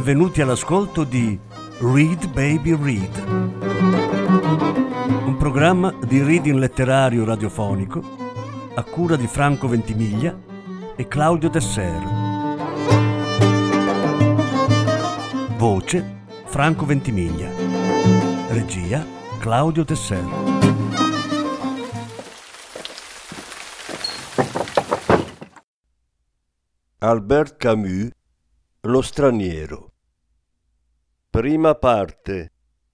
benvenuti all'ascolto di Read Baby Read, un programma di reading letterario radiofonico a cura di Franco Ventimiglia e Claudio Desser. Voce Franco Ventimiglia. Regia Claudio Desser. Albert Camus, Lo straniero. Prima parte.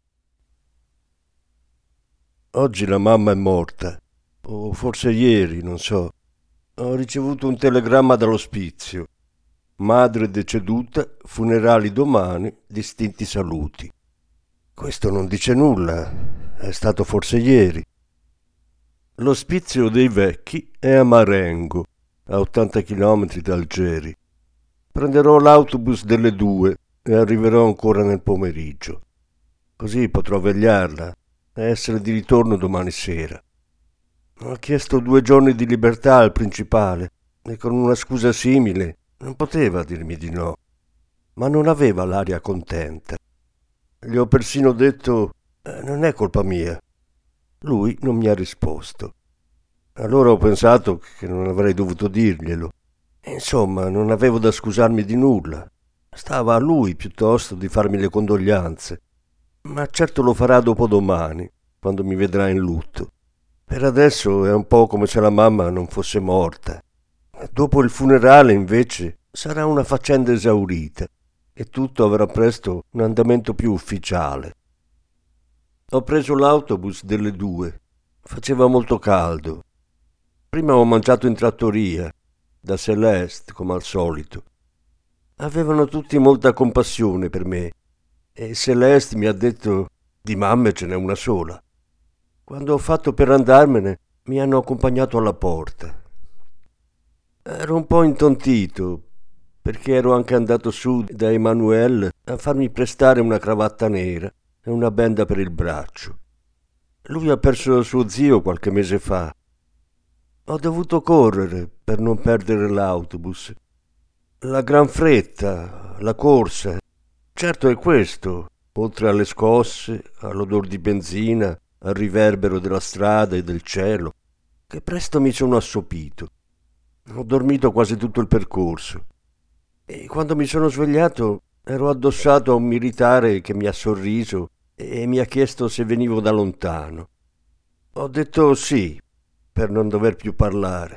Oggi la mamma è morta, o forse ieri, non so. Ho ricevuto un telegramma dall'ospizio. Madre deceduta, funerali domani, distinti saluti. Questo non dice nulla, è stato forse ieri. L'ospizio dei vecchi è a Marengo, a 80 chilometri da Algeri. Prenderò l'autobus delle 2 e arriverò ancora nel pomeriggio. Così potrò vegliarla e essere di ritorno domani sera. Ho chiesto 2 giorni di libertà al principale e con una scusa simile non poteva dirmi di no, ma non aveva l'aria contenta. Gli ho persino detto non è colpa mia. Lui non mi ha risposto. Allora ho pensato che non avrei dovuto dirglielo. Insomma, non avevo da scusarmi di nulla. Stava a lui piuttosto di farmi le condoglianze. Ma certo lo farà dopodomani, quando mi vedrà in lutto. Per adesso è un po' come se la mamma non fosse morta. Dopo il funerale, invece, sarà una faccenda esaurita e tutto avrà presto un andamento più ufficiale. Ho preso l'autobus delle 2. Faceva molto caldo. Prima ho mangiato in trattoria, da Celeste, come al solito. Avevano tutti molta compassione per me e Celeste mi ha detto di mamme ce n'è una sola. Quando ho fatto per andarmene mi hanno accompagnato alla porta. Ero un po' intontito perché ero anche andato su da Emanuele a farmi prestare una cravatta nera e una benda per il braccio. Lui ha perso suo zio qualche mese fa. Ho dovuto correre per non perdere l'autobus. La gran fretta, la corsa. Certo è questo, oltre alle scosse, all'odor di benzina, al riverbero della strada e del cielo, che presto mi sono assopito. Ho dormito quasi tutto il percorso e quando mi sono svegliato ero addossato a un militare che mi ha sorriso e mi ha chiesto se venivo da lontano. Ho detto sì, per non dover più parlare.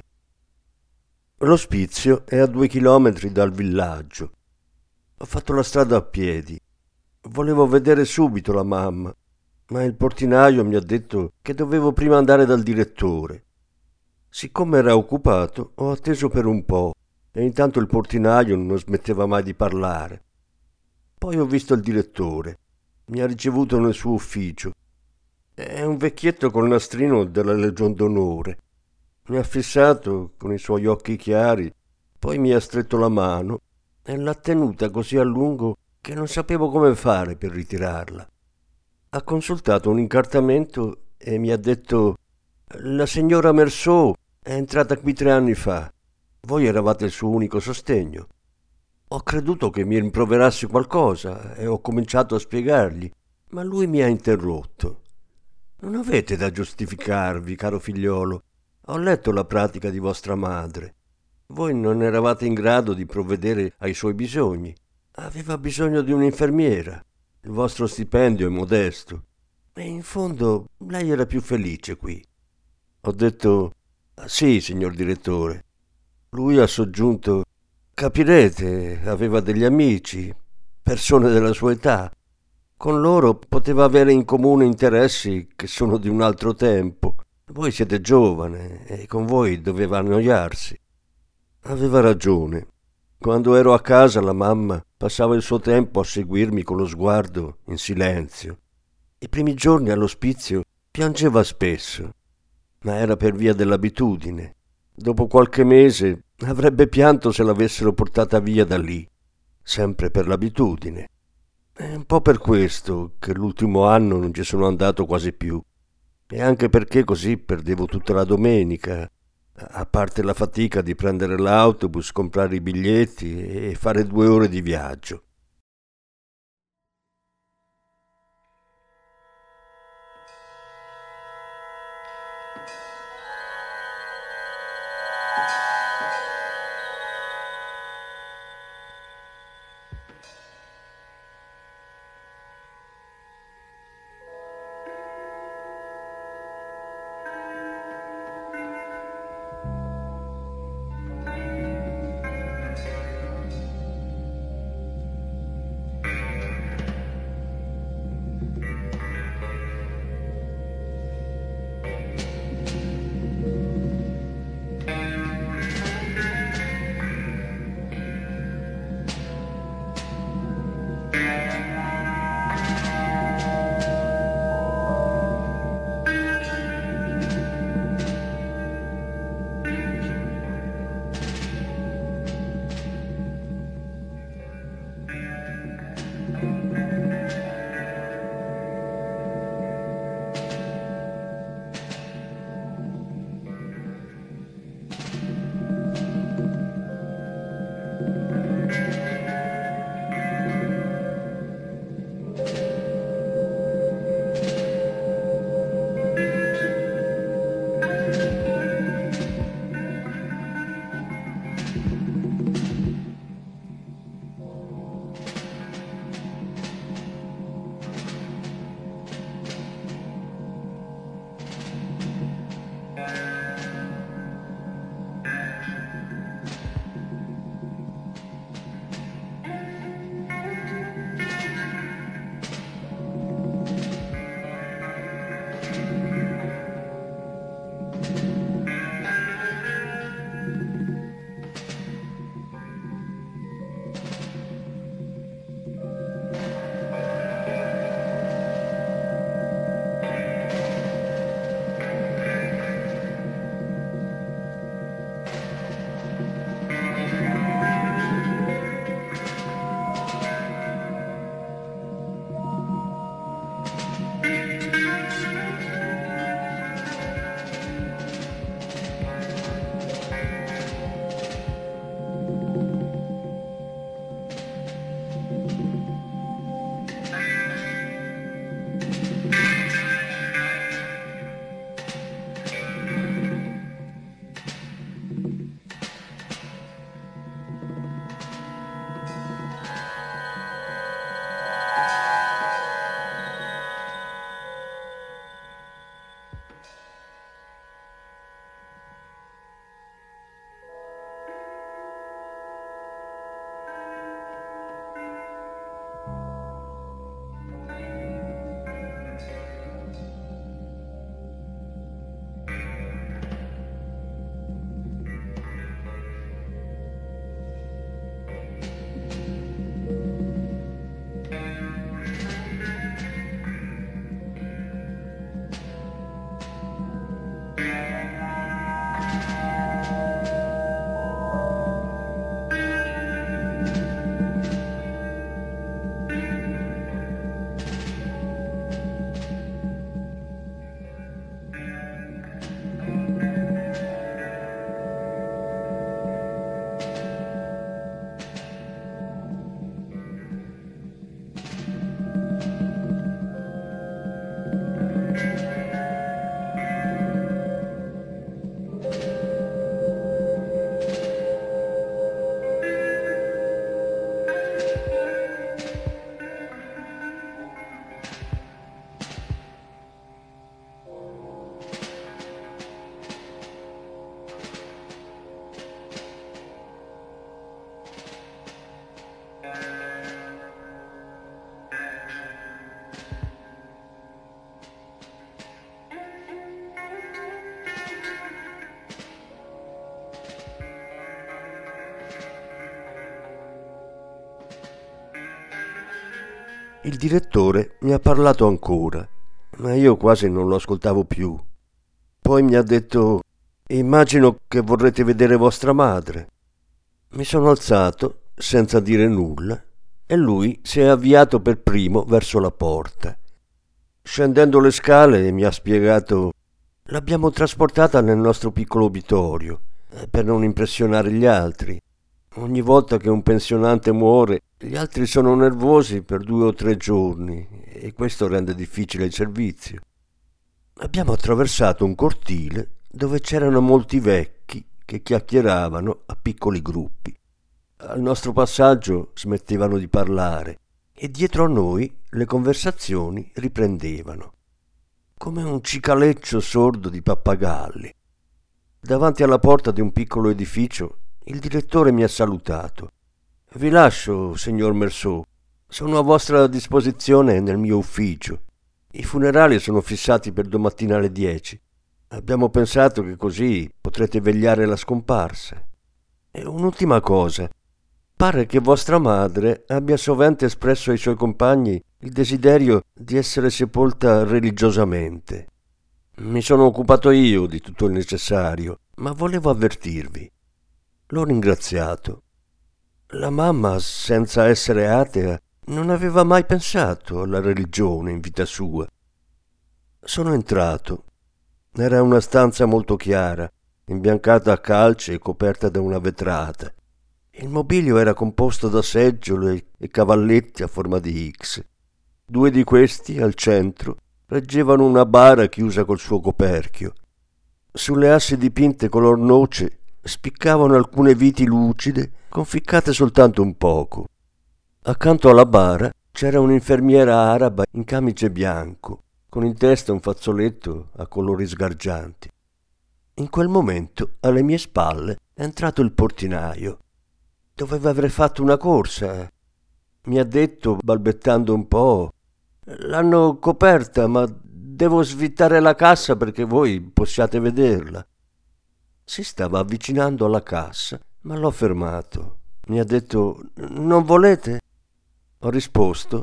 L'ospizio è a 2 chilometri dal villaggio. Ho fatto la strada a piedi. Volevo vedere subito la mamma, ma il portinaio mi ha detto che dovevo prima andare dal direttore. Siccome era occupato, ho atteso per un po' e intanto il portinaio non smetteva mai di parlare. Poi ho visto il direttore. Mi ha ricevuto nel suo ufficio. È un vecchietto col nastrino della Legion d'Onore. Mi ha fissato con i suoi occhi chiari, poi mi ha stretto la mano e l'ha tenuta così a lungo che non sapevo come fare per ritirarla. Ha consultato un incartamento e mi ha detto: «La signora Meursault è entrata qui 3 anni fa. Voi eravate il suo unico sostegno». Ho creduto che mi rimproverasse qualcosa e ho cominciato a spiegargli, ma lui mi ha interrotto. «Non avete da giustificarvi, caro figliolo. Ho letto la pratica di vostra madre. Voi non eravate in grado di provvedere ai suoi bisogni. Aveva bisogno di un'infermiera. Il vostro stipendio è modesto. E in fondo lei era più felice qui». Ho detto: «Sì, signor direttore». Lui ha soggiunto: «Capirete, aveva degli amici, persone della sua età. Con loro poteva avere in comune interessi che sono di un altro tempo. Voi siete giovane e con voi doveva annoiarsi». Aveva ragione. Quando ero a casa la mamma passava il suo tempo a seguirmi con lo sguardo in silenzio. I primi giorni all'ospizio piangeva spesso, ma era per via dell'abitudine. Dopo qualche mese avrebbe pianto se l'avessero portata via da lì, sempre per l'abitudine. È un po' per questo che l'ultimo anno non ci sono andato quasi più, e anche perché così perdevo tutta la domenica, a parte la fatica di prendere l'autobus, comprare i biglietti e fare 2 ore di viaggio. Il direttore mi ha parlato ancora, ma io quasi non lo ascoltavo più. Poi mi ha detto: «Immagino che vorrete vedere vostra madre». Mi sono alzato senza dire nulla e lui si è avviato per primo verso la porta. Scendendo le scale mi ha spiegato: «L'abbiamo trasportata nel nostro piccolo obitorio per non impressionare gli altri. Ogni volta che un pensionante muore, gli altri sono nervosi per 2 o 3 giorni e questo rende difficile il servizio». Abbiamo attraversato un cortile dove c'erano molti vecchi che chiacchieravano a piccoli gruppi. Al nostro passaggio smettevano di parlare e dietro a noi le conversazioni riprendevano, come un cicaleccio sordo di pappagalli. Davanti alla porta di un piccolo edificio il direttore mi ha salutato. «Vi lascio, signor Meursault. Sono a vostra disposizione nel mio ufficio. I funerali sono fissati per domattina alle 10. Abbiamo pensato che così potrete vegliare la scomparsa. E un'ultima cosa. Pare che vostra madre abbia sovente espresso ai suoi compagni il desiderio di essere sepolta religiosamente. Mi sono occupato io di tutto il necessario, ma volevo avvertirvi». L'ho ringraziato. La mamma, senza essere atea, non aveva mai pensato alla religione in vita sua. Sono entrato. Era una stanza molto chiara, imbiancata a calce e coperta da una vetrata. Il mobilio era composto da seggiole e cavalletti a forma di X. 2 di questi, al centro, reggevano una bara chiusa col suo coperchio. Sulle assi dipinte color noce spiccavano alcune viti lucide, conficcate soltanto un poco. Accanto alla bara c'era un'infermiera araba in camice bianco, con in testa un fazzoletto a colori sgargianti. In quel momento, alle mie spalle, è entrato il portinaio. Doveva aver fatto una corsa. Mi ha detto, balbettando un po': «L'hanno coperta, ma devo svitare la cassa perché voi possiate vederla». Si stava avvicinando alla cassa, ma l'ho fermato. Mi ha detto: «Non volete?» Ho risposto: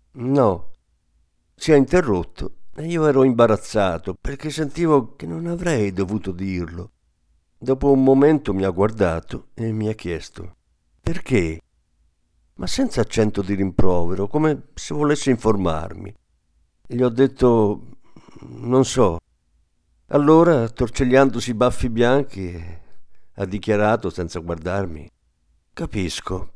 «No». Si è interrotto e io ero imbarazzato perché sentivo che non avrei dovuto dirlo. Dopo un momento mi ha guardato e mi ha chiesto: «Perché?» Ma senza accento di rimprovero, come se volesse informarmi. Gli ho detto: «Non so». Allora, torcigliandosi i baffi bianchi, ha dichiarato senza guardarmi: «Capisco».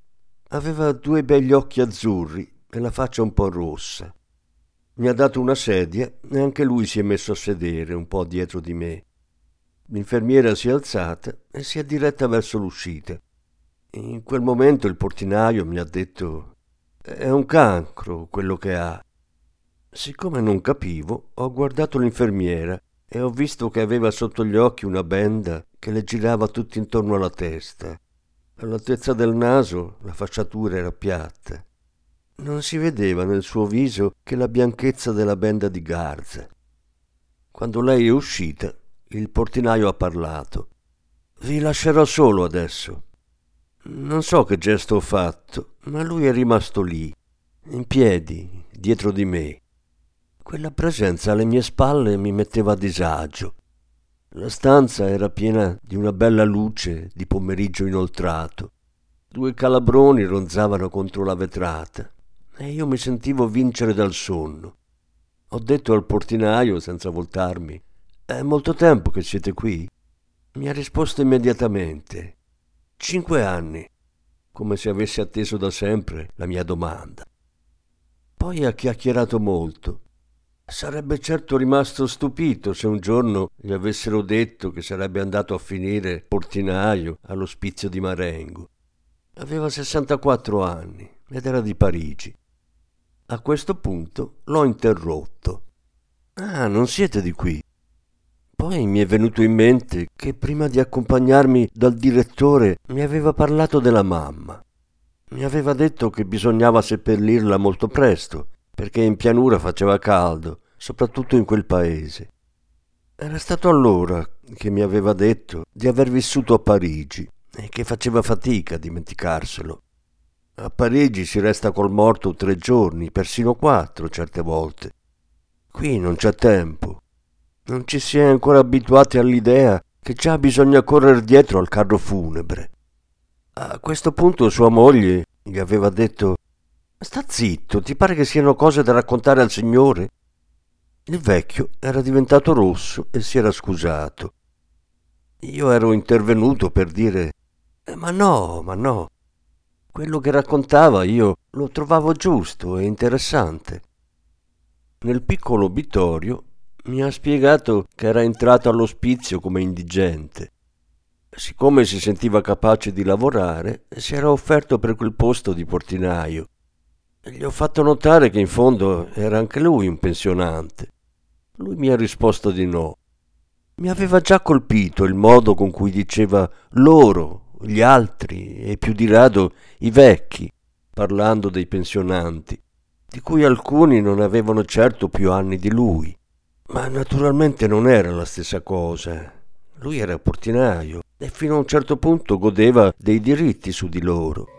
Aveva 2 begli occhi azzurri e la faccia un po' rossa. Mi ha dato una sedia e anche lui si è messo a sedere un po' dietro di me. L'infermiera si è alzata e si è diretta verso l'uscita. In quel momento il portinaio mi ha detto: «È un cancro quello che ha». Siccome non capivo, ho guardato l'infermiera e ho visto che aveva sotto gli occhi una benda che le girava tutto intorno alla testa. All'altezza del naso la fasciatura era piatta. Non si vedeva nel suo viso che la bianchezza della benda di garza. Quando lei è uscita, il portinaio ha parlato: «Vi lascerò solo adesso». Non so che gesto ho fatto, ma lui è rimasto lì, in piedi, dietro di me. Quella presenza alle mie spalle mi metteva a disagio. La stanza era piena di una bella luce di pomeriggio inoltrato. 2 calabroni ronzavano contro la vetrata e io mi sentivo vincere dal sonno. Ho detto al portinaio senza voltarmi: «È molto tempo che siete qui?» Mi ha risposto immediatamente: 5 anni, come se avesse atteso da sempre la mia domanda. Poi ha chiacchierato molto. Sarebbe certo rimasto stupito se un giorno gli avessero detto che sarebbe andato a finire portinaio all'ospizio di Marengo. Aveva 64 anni ed era di Parigi. A questo punto l'ho interrotto. «Ah, non siete di qui?» Poi mi è venuto in mente che prima di accompagnarmi dal direttore mi aveva parlato della mamma. Mi aveva detto che bisognava seppellirla molto presto, perché in pianura faceva caldo, soprattutto in quel paese. Era stato allora che mi aveva detto di aver vissuto a Parigi e che faceva fatica a dimenticarselo. A Parigi si resta col morto 3 giorni, persino 4 certe volte. Qui non c'è tempo. Non ci si è ancora abituati all'idea che già bisogna correre dietro al carro funebre. A questo punto sua moglie gli aveva detto: «Sta zitto, ti pare che siano cose da raccontare al Signore?» Il vecchio era diventato rosso e si era scusato. Io ero intervenuto per dire: ma no, quello che raccontava io lo trovavo giusto e interessante». Nel piccolo obitorio Mi ha spiegato che era entrato all'ospizio come indigente. Siccome si sentiva capace di lavorare, si era offerto per quel posto di portinaio. Gli ho fatto notare che in fondo era anche lui un pensionante. Lui mi ha risposto di no. Mi aveva già colpito il modo con cui diceva loro, gli altri e più di rado i vecchi, parlando dei pensionanti, di cui alcuni non avevano certo più anni di lui. Ma naturalmente non era la stessa cosa. Lui era portinaio e fino a un certo punto godeva dei diritti su di loro.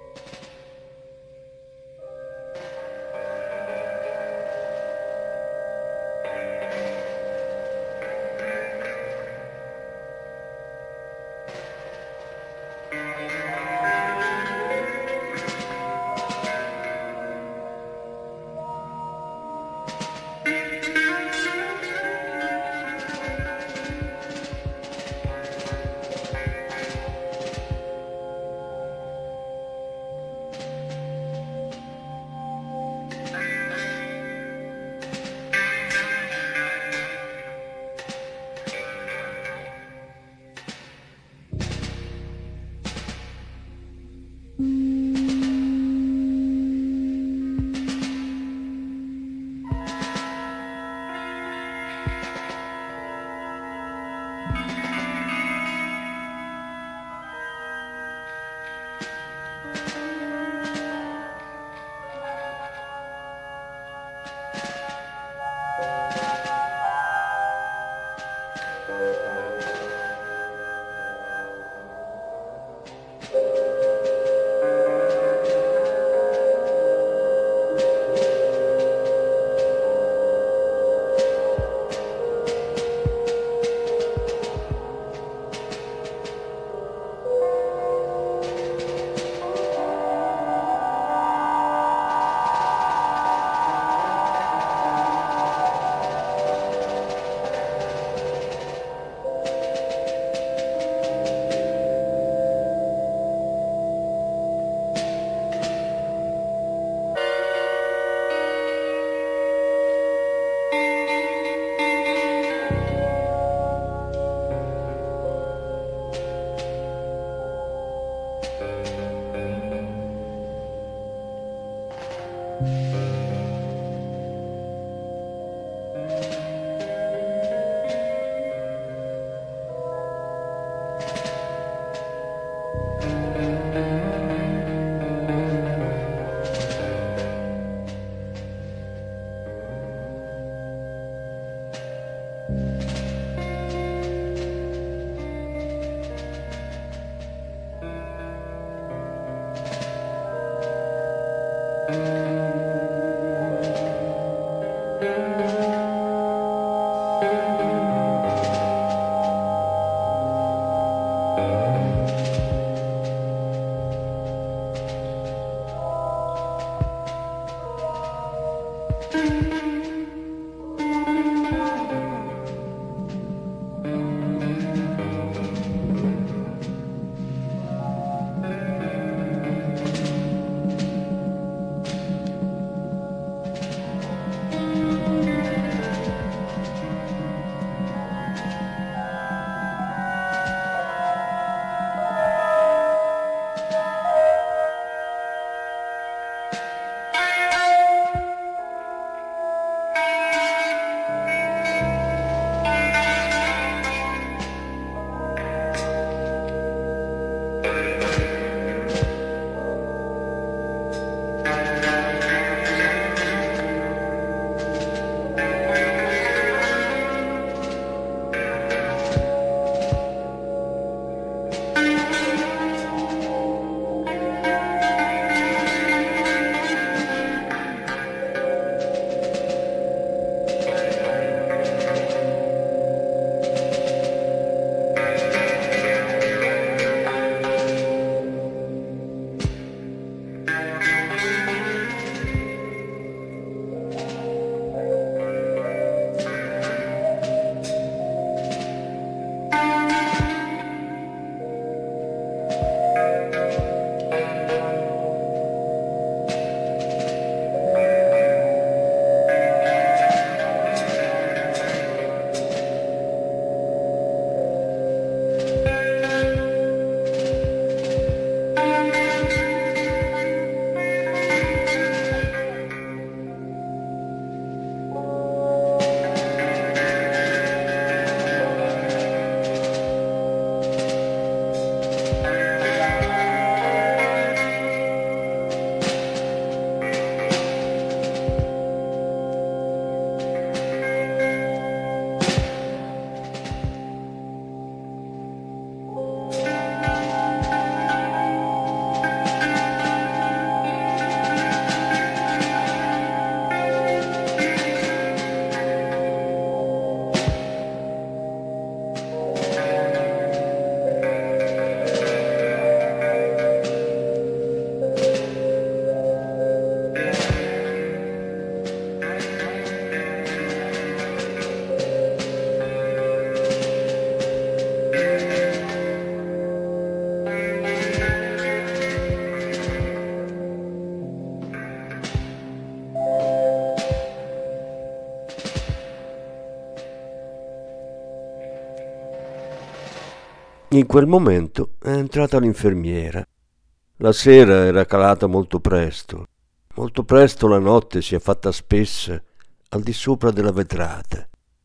In quel momento è entrata l'infermiera. La sera era calata molto presto. Molto presto la notte si è fatta spessa al di sopra della vetrata.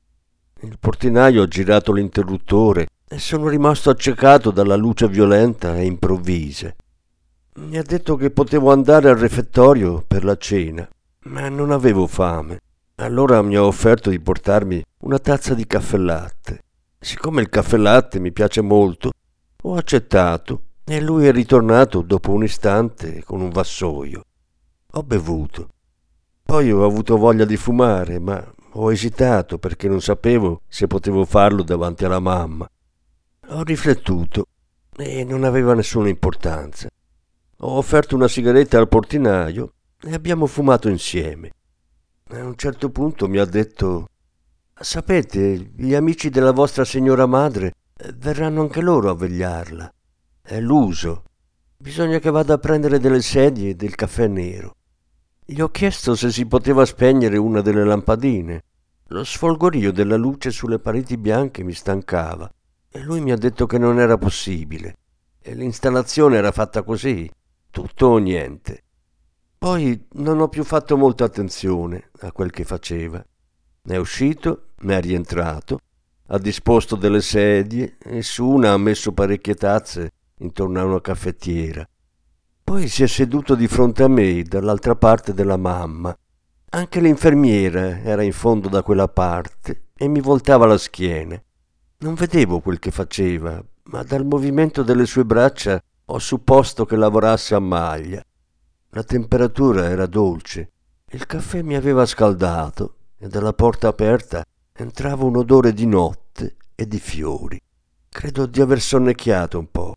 Il portinaio ha girato l'interruttore e sono rimasto accecato dalla luce violenta e improvvisa. Mi ha detto che potevo andare al refettorio per la cena, ma non avevo fame. Allora mi ha offerto di portarmi una tazza di caffè latte. Siccome il caffè latte mi piace molto, ho accettato e lui è ritornato dopo un istante con un vassoio. Ho bevuto. Poi ho avuto voglia di fumare, ma ho esitato perché non sapevo se potevo farlo davanti alla mamma. Ho riflettuto e non aveva nessuna importanza. Ho offerto una sigaretta al portinaio e abbiamo fumato insieme. A un certo punto mi ha detto: «Sapete, gli amici della vostra signora madre verranno anche loro a vegliarla. È l'uso. Bisogna che vada a prendere delle sedie e del caffè nero». Gli ho chiesto se si poteva spegnere una delle lampadine. Lo sfolgorio della luce sulle pareti bianche mi stancava e lui mi ha detto che non era possibile e l'installazione era fatta così, tutto o niente. Poi non ho più fatto molta attenzione a quel che faceva. È uscito, è rientrato, ha disposto delle sedie e su una ha messo parecchie tazze intorno a una caffettiera. Poi si è seduto di fronte a me, dall'altra parte della mamma. Anche l'infermiera era in fondo da quella parte e mi voltava la schiena. Non vedevo quel che faceva, ma dal movimento delle sue braccia ho supposto che lavorasse a maglia. La temperatura era dolce, il caffè mi aveva scaldato e dalla porta aperta entrava un odore di notte e di fiori. Credo di aver sonnecchiato un po'.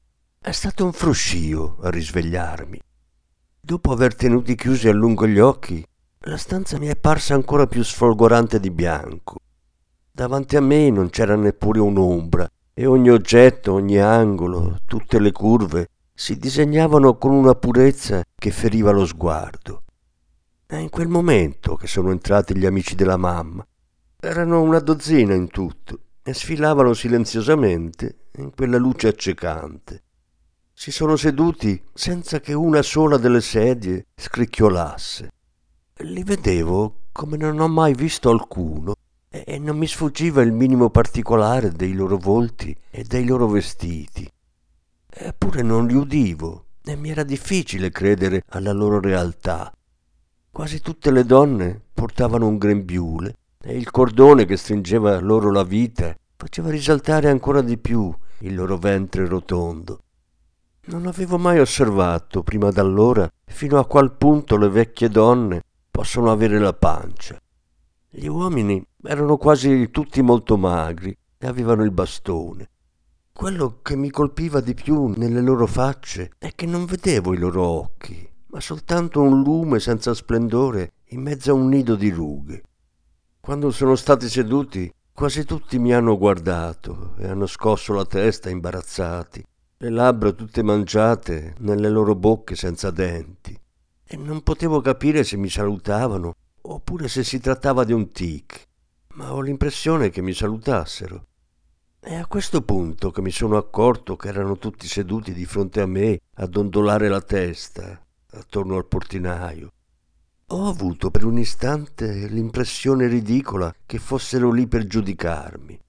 È stato un fruscio a risvegliarmi. Dopo aver tenuti chiusi a lungo gli occhi, la stanza mi è parsa ancora più sfolgorante di bianco. Davanti a me non c'era neppure un'ombra e ogni oggetto, ogni angolo, tutte le curve si disegnavano con una purezza che feriva lo sguardo. È in quel momento che sono entrati gli amici della mamma. Erano una dozzina in tutto e sfilavano silenziosamente in quella luce accecante. Si sono seduti senza che una sola delle sedie scricchiolasse. Li vedevo come non ho mai visto alcuno e non mi sfuggiva il minimo particolare dei loro volti e dei loro vestiti. Eppure non li udivo e mi era difficile credere alla loro realtà. Quasi tutte le donne portavano un grembiule e il cordone che stringeva loro la vita faceva risaltare ancora di più il loro ventre rotondo. Non avevo mai osservato prima d'allora fino a qual punto le vecchie donne possono avere la pancia. Gli uomini erano quasi tutti molto magri e avevano il bastone. Quello che mi colpiva di più nelle loro facce è che non vedevo i loro occhi, ma soltanto un lume senza splendore in mezzo a un nido di rughe. Quando sono stati seduti, quasi tutti mi hanno guardato e hanno scosso la testa imbarazzati, le labbra tutte mangiate nelle loro bocche senza denti, e non potevo capire se mi salutavano oppure se si trattava di un tic, ma ho l'impressione che mi salutassero. È a questo punto che mi sono accorto che erano tutti seduti di fronte a me a dondolare la testa attorno al portinaio. Ho avuto per un istante l'impressione ridicola che fossero lì per giudicarmi.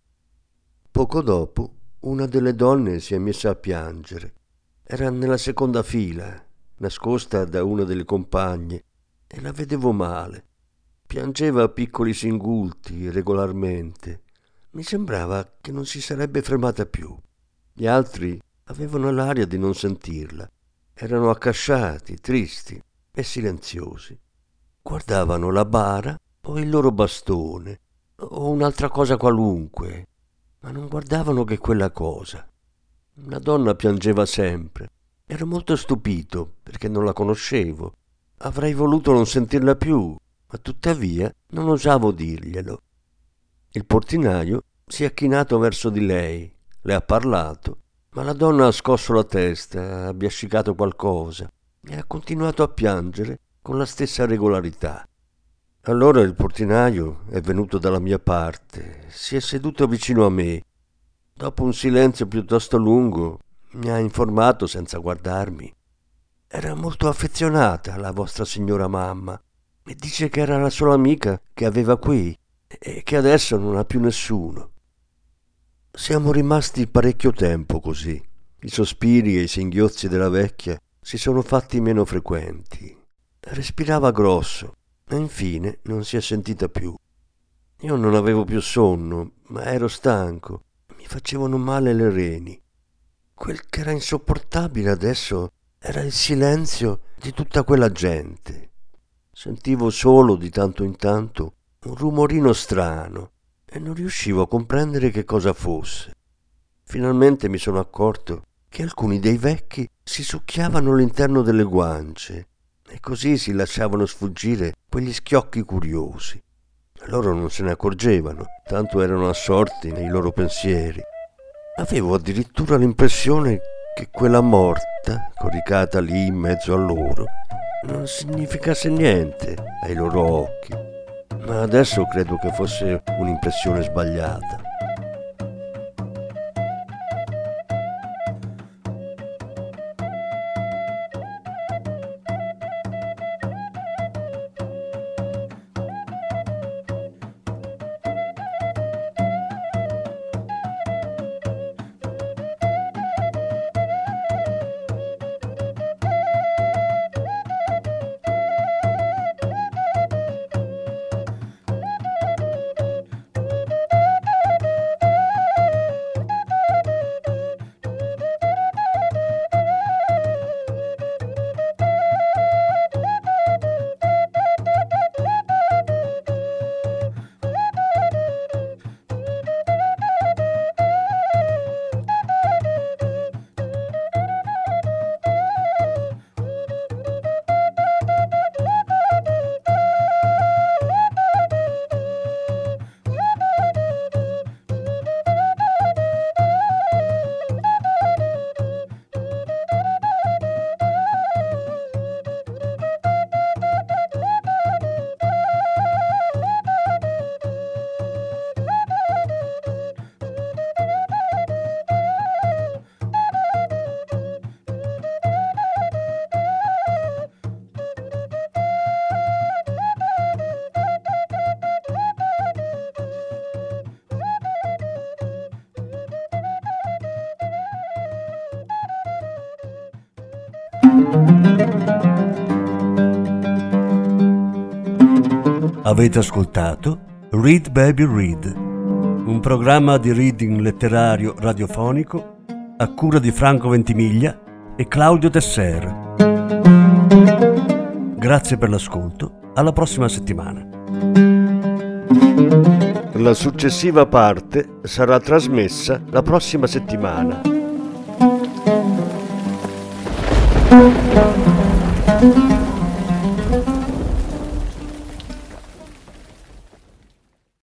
Poco dopo una delle donne si è messa a piangere. Era nella seconda fila, nascosta da una delle compagne, e la vedevo male. Piangeva a piccoli singulti, regolarmente. Mi sembrava che non si sarebbe fermata più. Gli altri avevano l'aria di non sentirla. Erano accasciati, tristi e silenziosi. Guardavano la bara o il loro bastone o un'altra cosa qualunque, ma non guardavano che quella cosa. La donna piangeva sempre. Ero molto stupito perché non la conoscevo. Avrei voluto non sentirla più, ma tuttavia non osavo dirglielo. Il portinaio si è chinato verso di lei, le ha parlato, ma la donna ha scosso la testa, ha biascicato qualcosa e ha continuato a piangere con la stessa regolarità. Allora il portinaio è venuto dalla mia parte, si è seduto vicino a me. Dopo un silenzio piuttosto lungo, mi ha informato senza guardarmi. Era molto affezionata alla vostra signora mamma e dice che era la sola amica che aveva qui e che adesso non ha più nessuno. Siamo rimasti parecchio tempo così. I sospiri e i singhiozzi della vecchia si sono fatti meno frequenti. Respirava grosso e infine non si è sentita più. Io non avevo più sonno, ma ero stanco. Mi facevano male le reni. Quel che era insopportabile adesso era il silenzio di tutta quella gente. Sentivo solo di tanto in tanto un rumorino strano e non riuscivo a comprendere che cosa fosse. Finalmente mi sono accorto che alcuni dei vecchi si succhiavano l'interno delle guance e così si lasciavano sfuggire quegli schiocchi curiosi. Loro non se ne accorgevano, tanto erano assorti nei loro pensieri. Avevo addirittura l'impressione che quella morta, coricata lì in mezzo a loro, non significasse niente ai loro occhi. Ma adesso credo che fosse un'impressione sbagliata. Avete ascoltato Read Baby Read, un programma di reading letterario radiofonico a cura di Franco Ventimiglia e Claudio Tesser. Grazie per l'ascolto, alla prossima settimana. La successiva parte sarà trasmessa la prossima settimana.